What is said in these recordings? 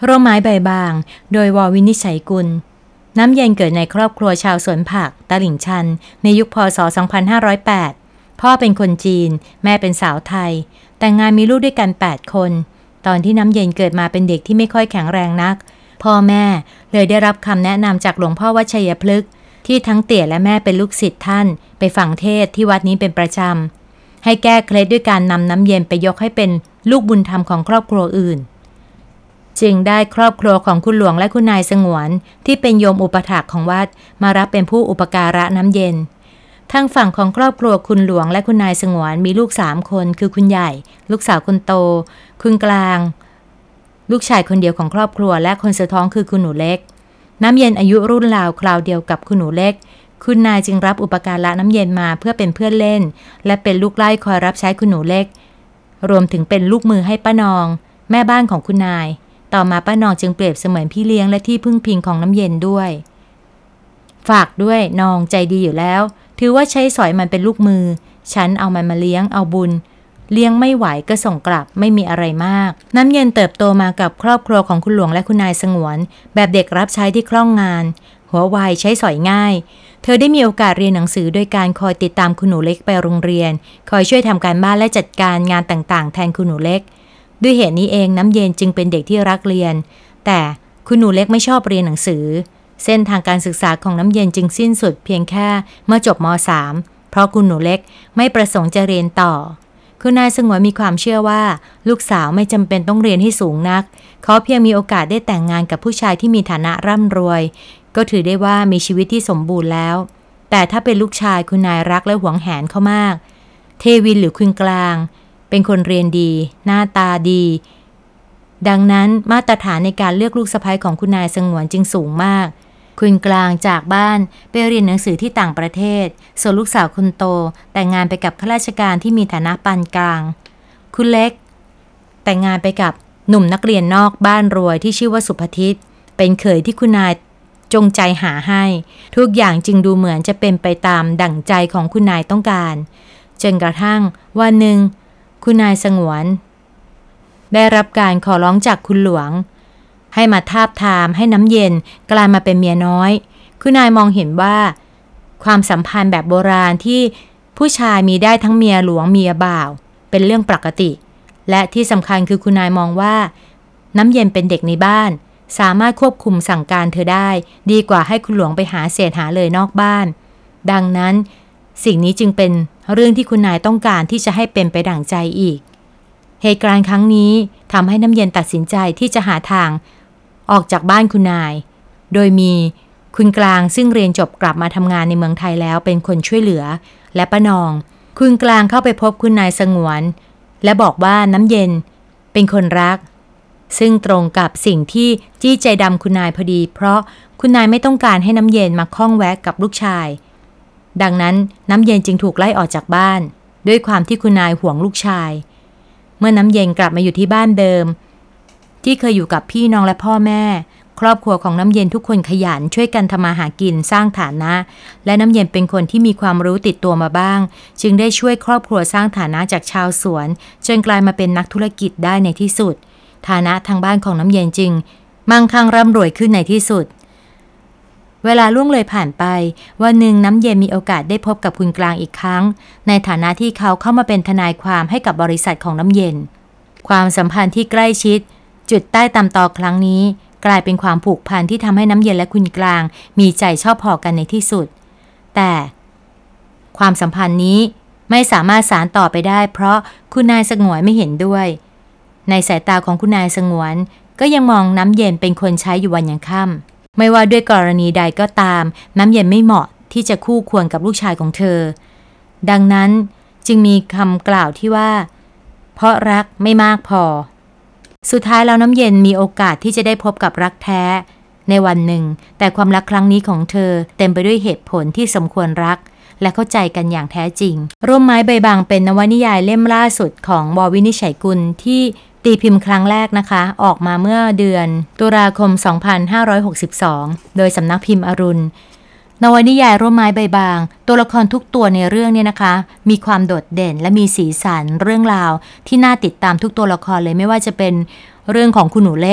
ร่มไม้ใบบางโดยววินิจฉัยกุลน้ำเย็นเกิดในครอบครัวชาวสวนผักตลิ่งชันในยุคพ.ศ. 2508พ่อเป็นคนจีนแม่เป็นสาวไทยแต่งงานมีลูกด้วยกัน8คนตอนที่น้ำเย็นเกิดมาเป็นเด็กที่ไม่ค่อยแข็งแรงนักพ่อแม่เลยได้รับคำแนะนำจากหลวงพ่อวชัยพฤกษ์ที่ทั้งเตี่ยและแม่เป็นลูกศิษย์ท่านไปฟังเทศน์ที่วัดนี้เป็นประจำให้แก้เคล็ดด้วยการนำน้ำเย็นไปยกให้เป็นลูกบุญธรรมของครอบครัวอื่นจึงได้ครอบครัวของคุณหลวงและคุณนายสงวนที่เป็นโยมอุปถากของวัดมารับเป็นผู้อุปการะน้ำเย็นทางฝั่งของครอบครัวคุณหลวงและคุณนายสงวนมีลูก3คนคือคุณใหญ่ลูกสาวคนโตคุณกลางลูกชายคนเดียวของครอบครัวและคนสุดท้องคือคุณหนูเล็กน้ำเย็นอายุรุ่นราวคราวเดียวกับคุณหนูเล็กคุณนายจึงรับอุปการะน้ำเย็นมาเพื่อเป็นเพื่อนเล่นและเป็นลูกไล่คอยรับใช้คุณหนูเล็กรวมถึงเป็นลูกมือให้ป้านองแม่บ้านของคุณนายต่อมาป้านองจึงเปรียบเสมือนพี่เลี้ยงและที่พึ่งพิงของน้ำเย็นด้วยฝากด้วยนองใจดีอยู่แล้วถือว่าใช้สอยมันเป็นลูกมือฉันเอามันมาเลี้ยงเอาบุญเลี้ยงไม่ไหวก็ส่งกลับไม่มีอะไรมากน้ำเย็นเติบโตมากับครอบครัวของคุณหลวงและคุณนายสงวนแบบเด็กรับใช้ที่คล่องงานหัวไวใช้สอยง่ายเธอได้มีโอกาสเรียนหนังสือโดยการคอยติดตามคุณหนูเล็กไปโรงเรียนคอยช่วยทำการบ้านและจัดการงานต่างๆแทนคุณหนูเล็กด้วยเหตุนี้เองน้ำเย็นจึงเป็นเด็กที่รักเรียนแต่คุณหนูเล็กไม่ชอบเรียนหนังสือเส้นทางการศึกษาของน้ำเย็นจึงสิ้นสุดเพียงแค่เมื่อจบม.3 เพราะคุณหนูเล็กไม่ประสงค์จะเรียนต่อคุณนายสงวนมีความเชื่อว่าลูกสาวไม่จำเป็นต้องเรียนให้สูงนักเขาเพียงมีโอกาสได้แต่งงานกับผู้ชายที่มีฐานะร่ำรวยก็ถือได้ว่ามีชีวิตที่สมบูรณ์แล้วแต่ถ้าเป็นลูกชายคุณนายรักและหวงแหนเขามากเทวินหรือคุณกลางเป็นคนเรียนดีหน้าตาดีดังนั้นมาตรฐานในการเลือกลูกสะใภ้ของคุณนายสงวนจึงสูงมากคุณกลางจากบ้านไปเรียนหนังสือที่ต่างประเทศส่วนลูกสาวคนโตแต่งงานไปกับข้าราชการที่มีฐานะปานกลางคุณเล็กแต่งงานไปกับหนุ่มนักเรียนนอกบ้านรวยที่ชื่อว่าสุภทิตเป็นเขยที่คุณนายจงใจหาให้ทุกอย่างจึงดูเหมือนจะเป็นไปตามดั่งใจของคุณนายต้องการจนกระทั่งวันหนึ่งคุณนายสงวนได้รับการขอร้องจากคุณหลวงให้มาทาบทามให้น้ำเย็นกลายมาเป็นเมียน้อยคุณนายมองเห็นว่าความสัมพันธ์แบบโบราณที่ผู้ชายมีได้ทั้งเมียหลวงเมียบ่าวเป็นเรื่องปกติและที่สำคัญคือคุณนายมองว่าน้ำเย็นเป็นเด็กในบ้านสามารถควบคุมสั่งการเธอได้ดีกว่าให้คุณหลวงไปหาเศษหาเลยนอกบ้านดังนั้นสิ่งนี้จึงเป็นเรื่องที่คุณนายต้องการที่จะให้เป็นไปดั่งใจอีกเหตุการณ์ครั้งนี้ทำให้น้ำเย็นตัดสินใจที่จะหาทางออกจากบ้านคุณนายโดยมีคุณกลางซึ่งเรียนจบกลับมาทำงานในเมืองไทยแล้วเป็นคนช่วยเหลือและป้านองคุณกลางเข้าไปพบคุณนายสงวนและบอกว่าน้ำเย็นเป็นคนรักซึ่งตรงกับสิ่งที่จี้ใจดำคุณนายพอดีเพราะคุณนายไม่ต้องการให้น้ำเย็นมาข้องแวะกับลูกชายดังนั้นน้ำเย็นจึงถูกไล่ออกจากบ้านด้วยความที่คุณนายห่วงลูกชายเมื่อน้ำเย็นกลับมาอยู่ที่บ้านเดิมที่เคยอยู่กับพี่น้องและพ่อแม่ครอบครัวของน้ำเย็นทุกคนขยันช่วยกันทำมาหากินสร้างฐานะและน้ำเย็นเป็นคนที่มีความรู้ติดตัวมาบ้างจึงได้ช่วยครอบครัวสร้างฐานะจากชาวสวนจนกลายมาเป็นนักธุรกิจได้ในที่สุดฐานะทางบ้านของน้ำเย็นจึงมั่งคั่งร่ำรวยขึ้นในที่สุดเวลาล่วงเลยผ่านไปวันหนึ่งน้ำเย็นมีโอกาสได้พบกับคุณกลางอีกครั้งในฐานะที่เขาเข้ามาเป็นทนายความให้กับบริษัทของน้ำเย็นความสัมพันธ์ที่ใกล้ชิดจุดใต้ตำตอครั้งนี้กลายเป็นความผูกพันที่ทำให้น้ำเย็นและคุณกลางมีใจชอบพอกันในที่สุดแต่ความสัมพันธ์นี้ไม่สามารถสานต่อไปได้เพราะคุณนายสงวนไม่เห็นด้วยในสายตาของคุณนายสงวนก็ยังมองน้ำเย็นเป็นคนใช้อยู่วันยังค่ำไม่ว่าด้วยกรณีใดก็ตามน้ำเย็นไม่เหมาะที่จะคู่ควรกับลูกชายของเธอดังนั้นจึงมีคำกล่าวที่ว่าเพราะรักไม่มากพอสุดท้ายแล้วน้ำเย็นมีโอกาสที่จะได้พบกับรักแท้ในวันหนึ่งแต่ความรักครั้งนี้ของเธอเต็มไปด้วยเหตุผลที่สมควรรักและเข้าใจกันอย่างแท้จริงร่มไม้ใบบางเป็นนวนิยายเล่มล่าสุดของว.วินิจฉัยกุลที่ตีพิมพ์ครั้งแรกนะคะออกมาเมื่อเดือนตุลาคม 2562 โดยสำนักพิมพ์อรุณนวนิยายร่มไม้ใบบางตัวละครทุกตัวในเรื่องเนี่ยนะคะมีความโดดเด่นและมีสีสันเรื่องราวที่น่าติดตามทุกตัวละครเลยไม่ว่าจะเป็นเรื่องของคุณหนูเล็ก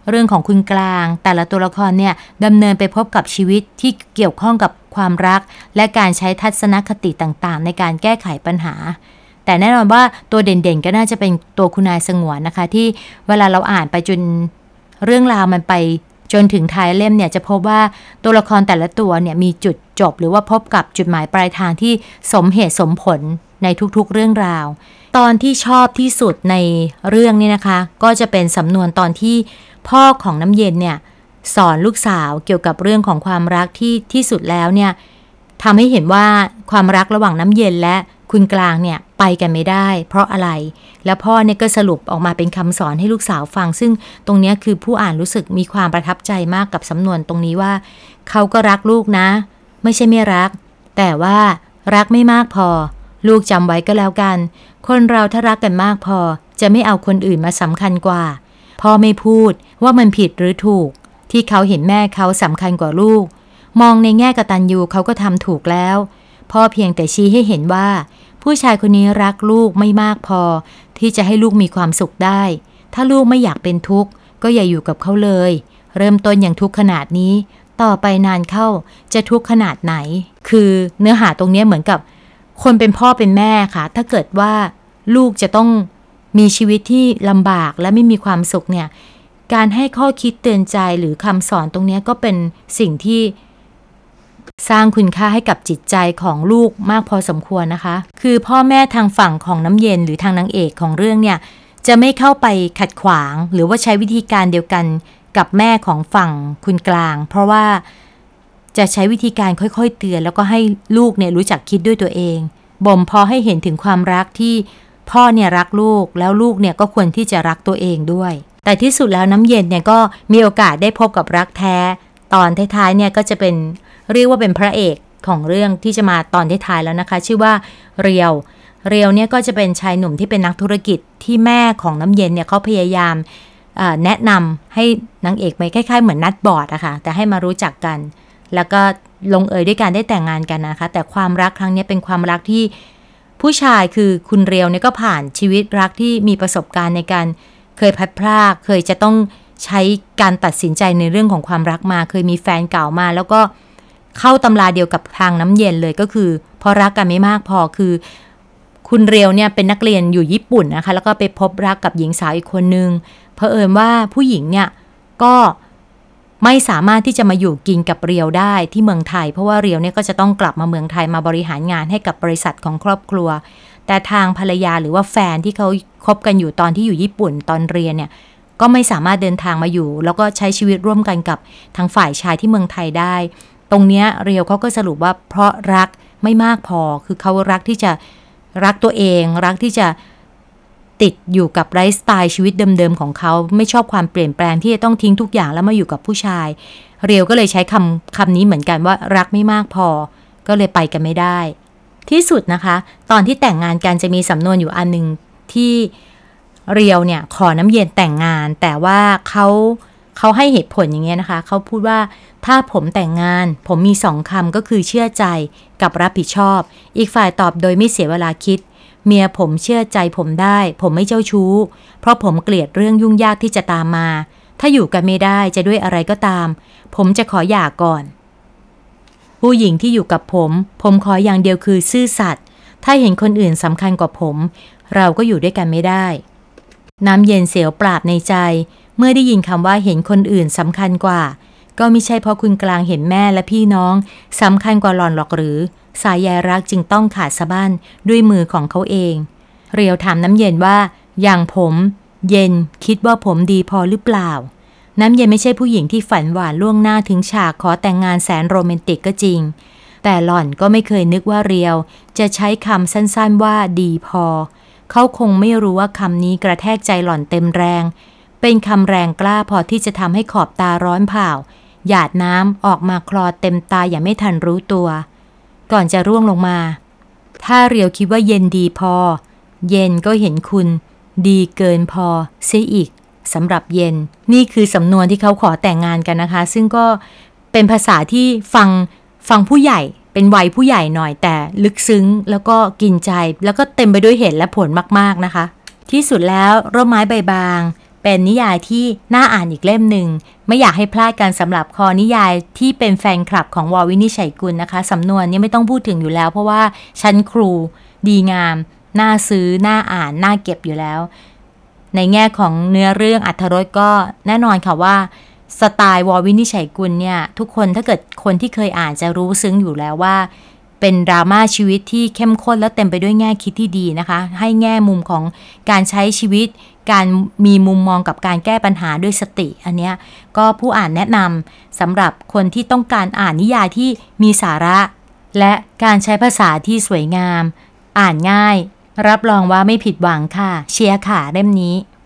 เรื่องของคุณกลางแต่ละตัวละครเนี่ยดำเนินไปพบกับชีวิตที่เกี่ยวข้องกับความรักและการใช้ทัศนคติต่างๆในการแก้ไขปัญหาแต่แน่นอนว่าตัวเด่นๆก็น่าจะเป็นตัวคุณนายสงวนนะคะที่เวลาเราอ่านไปจนเรื่องราวมันไปจนถึงท้ายเล่มเนี่ยจะพบว่าตัวละครแต่ละตัวเนี่ยมีจุดจบหรือว่าพบกับจุดหมายปลายทางที่สมเหตุสมผลในทุกๆเรื่องราวตอนที่ชอบที่สุดในเรื่องนี้นะคะก็จะเป็นสำนวนตอนที่พ่อของน้ำเย็นเนี่ยสอนลูกสาวเกี่ยวกับเรื่องของความรักที่สุดแล้วเนี่ยทำให้เห็นว่าความรักระหว่างน้ำเย็นและคุณกลางเนี่ยไปกันไม่ได้เพราะอะไรแล้วพ่อเนี่ยก็สรุปออกมาเป็นคำสอนให้ลูกสาวฟังซึ่งตรงนี้คือผู้อ่านรู้สึกมีความประทับใจมากกับสำนวนตรงนี้ว่าเขาก็รักลูกนะไม่ใช่ไม่รักแต่ว่ารักไม่มากพอลูกจำไว้ก็แล้วกันคนเราถ้ารักกันมากพอจะไม่เอาคนอื่นมาสำคัญกว่าพ่อไม่พูดว่ามันผิดหรือถูกที่เขาเห็นแม่เขาสำคัญกว่าลูกมองในแง่กตัญญูเขาก็ทำถูกแล้วพ่อเพียงแต่ชี้ให้เห็นว่าผู้ชายคนนี้รักลูกไม่มากพอที่จะให้ลูกมีความสุขได้ถ้าลูกไม่อยากเป็นทุกข์ก็อย่าอยู่กับเขาเลยเริ่มต้นอย่างทุกข์ขนาดนี้ต่อไปนานเข้าจะทุกข์ขนาดไหนคือเนื้อหาตรงนี้เหมือนกับคนเป็นพ่อเป็นแม่ค่ะถ้าเกิดว่าลูกจะต้องมีชีวิตที่ลำบากและไม่มีความสุขเนี่ยการให้ข้อคิดเตือนใจหรือคำสอนตรงนี้ก็เป็นสิ่งที่สร้างคุณค่าให้กับจิตใจของลูกมากพอสมควรนะคะคือพ่อแม่ทางฝั่งของน้ำเย็นหรือทางนางเอกของเรื่องเนี่ยจะไม่เข้าไปขัดขวางหรือว่าใช้วิธีการเดียวกันกับแม่ของฝั่งคุณกลางเพราะว่าจะใช้วิธีการค่อยๆเตือนแล้วก็ให้ลูกเนี่ยรู้จักคิดด้วยตัวเองบ่มเพาะให้เห็นถึงความรักที่พ่อเนี่ยรักลูกแล้วลูกเนี่ยก็ควรที่จะรักตัวเองด้วยแต่ที่สุดแล้วน้ำเย็นเนี่ยก็มีโอกาสได้พบกับรักแท้ตอนท้ายๆเนี่ยก็จะเป็นเรียกว่าเป็นพระเอกของเรื่องที่จะมาตอนท้ายๆแล้วนะคะชื่อว่าเรียวเนี่ยก็จะเป็นชายหนุ่มที่เป็นนักธุรกิจที่แม่ของน้ำเย็นเนี่ยเขาพยายามแนะนำให้นางเอกไปคล้ายๆเหมือนนัดบอร์ดอะค่ะแต่ให้มารู้จักกันแล้วก็ลงเอยด้วยการได้แต่งงานกันนะคะแต่ความรักครั้งนี้เป็นความรักที่ผู้ชายคือคุณเรียวเนี่ยก็ผ่านชีวิตรักที่มีประสบการณ์ในการเคยพัดพรากเคยจะต้องใช้การตัดสินใจในเรื่องของความรักมาเคยมีแฟนเก่ามาแล้วก็เข้าตำราเดียวกับทางน้ำเย็นเลยก็คือพอรักกันไม่มากพอคือคุณเรียวเนี่ยเป็นนักเรียนอยู่ญี่ปุ่นนะคะแล้วก็ไปพบรักกับหญิงสาวอีกคนนึงเผอิญว่าผู้หญิงเนี่ยก็ไม่สามารถที่จะมาอยู่กินกับเรียวได้ที่เมืองไทยเพราะว่าเรียวเนี่ยก็จะต้องกลับมาเมืองไทยมาบริหารงานให้กับบริษัทของครอบครัวแต่ทางภรรยาหรือว่าแฟนที่เขาคบกันอยู่ตอนที่อยู่ญี่ปุ่นตอนเรียนเนี่ยก็ไม่สามารถเดินทางมาอยู่แล้วก็ใช้ชีวิตร่วมกันกับทางฝ่ายชายที่เมืองไทยได้ตรงเนี้ยเรียวเขาก็สรุปว่าเพราะรักไม่มากพอคือเขารักที่จะรักตัวเองรักที่จะติดอยู่กับไลฟ์สไตล์ชีวิตเดิมๆของเขาไม่ชอบความเปลี่ยนแปลงที่จะต้องทิ้งทุกอย่างแล้วมาอยู่กับผู้ชายเรียวก็เลยใช้คำนี้เหมือนกันว่ารักไม่มากพอก็เลยไปกันไม่ได้ที่สุดนะคะตอนที่แต่งงานกันจะมีสำนวนอยู่อันนึงที่เรียวเนี่ยขอน้ำเย็นแต่งงานแต่ว่าเขาให้เหตุผลอย่างเงี้ยนะคะเขาพูดว่าถ้าผมแต่งงานผมมี2 คำก็คือเชื่อใจกับรับผิดชอบอีกฝ่ายตอบโดยไม่เสียเวลาคิดเมียผมเชื่อใจผมได้ผมไม่เจ้าชู้เพราะผมเกลียดเรื่องยุ่งยากที่จะตามมาถ้าอยู่กันไม่ได้จะด้วยอะไรก็ตามผมจะขอหย่าก่อนผู้หญิงที่อยู่กับผมขออย่างเดียวคือซื่อสัตย์ถ้าเห็นคนอื่นสำคัญกว่าผมเราก็อยู่ด้วยกันไม่ได้น้ำเย็นเสียวปราบในใจเมื่อได้ยินคำว่าเห็นคนอื่นสำคัญกว่าก็ไม่ใช่เพราะคุณกลางเห็นแม่และพี่น้องสำคัญกว่าหล่อนหรอกหรือสายใยรักจึงต้องขาดสะบั้นด้วยมือของเขาเองเรียวถามน้ำเย็นว่าอย่างผมเย็นคิดว่าผมดีพอหรือเปล่าน้ำเย็นไม่ใช่ผู้หญิงที่ฝันหวานล่วงหน้าถึงฉากขอแต่งงานแสนโรแมนติกก็จริงแต่หล่อนก็ไม่เคยนึกว่าเรียวจะใช้คำสั้นๆว่าดีพอเขาคงไม่รู้ว่าคำนี้กระแทกใจหล่อนเต็มแรงเป็นคำแรงกล้าพอที่จะทำให้ขอบตาร้อนเผาหยาดน้ำออกมาคลอเต็มตาอย่างไม่ทันรู้ตัวก่อนจะร่วงลงมาถ้าเรียวคิดว่าเย็นดีพอเย็นก็เห็นคุณดีเกินพอเสียอีกสำหรับเย็นนี่คือสำนวนที่เขาขอแต่งงานกันนะคะซึ่งก็เป็นภาษาที่ฟังผู้ใหญ่เป็นวัยผู้ใหญ่หน่อยแต่ลึกซึ้งแล้วก็กินใจแล้วก็เต็มไปด้วยเหตุและผลมากๆนะคะที่สุดแล้วร่มไม้ใบบางไปเป็นนิยายที่น่าอ่านอีกเล่มหนึ่งไม่อยากให้พลาดกันสำหรับคอนิยายที่เป็นแฟนคลับของววินิจฉัยกุลนะคะสำนวนนี้ไม่ต้องพูดถึงอยู่แล้วเพราะว่าชั้นครูดีงามน่าซื้อน่าอ่านน่าเก็บอยู่แล้วในแง่ของเนื้อเรื่องอรรถรสก็แน่นอนค่ะว่าสไตล์ววินิจฉัยกุลเนี่ยทุกคนถ้าเกิดคนที่เคยอ่านจะรู้ซึ้งอยู่แล้วว่าเป็นดราม่าชีวิตที่เข้มข้นและเต็มไปด้วยแง่คิดที่ดีนะคะให้แง่มุมของการใช้ชีวิตการมีมุมมองกับการแก้ปัญหาด้วยสติอันเนี้ยก็ผู้อ่านแนะนำสำหรับคนที่ต้องการอ่านนิยายที่มีสาระและการใช้ภาษาที่สวยงามอ่านง่ายรับรองว่าไม่ผิดหวังค่ะเชียร์ค่ะเล่มนี้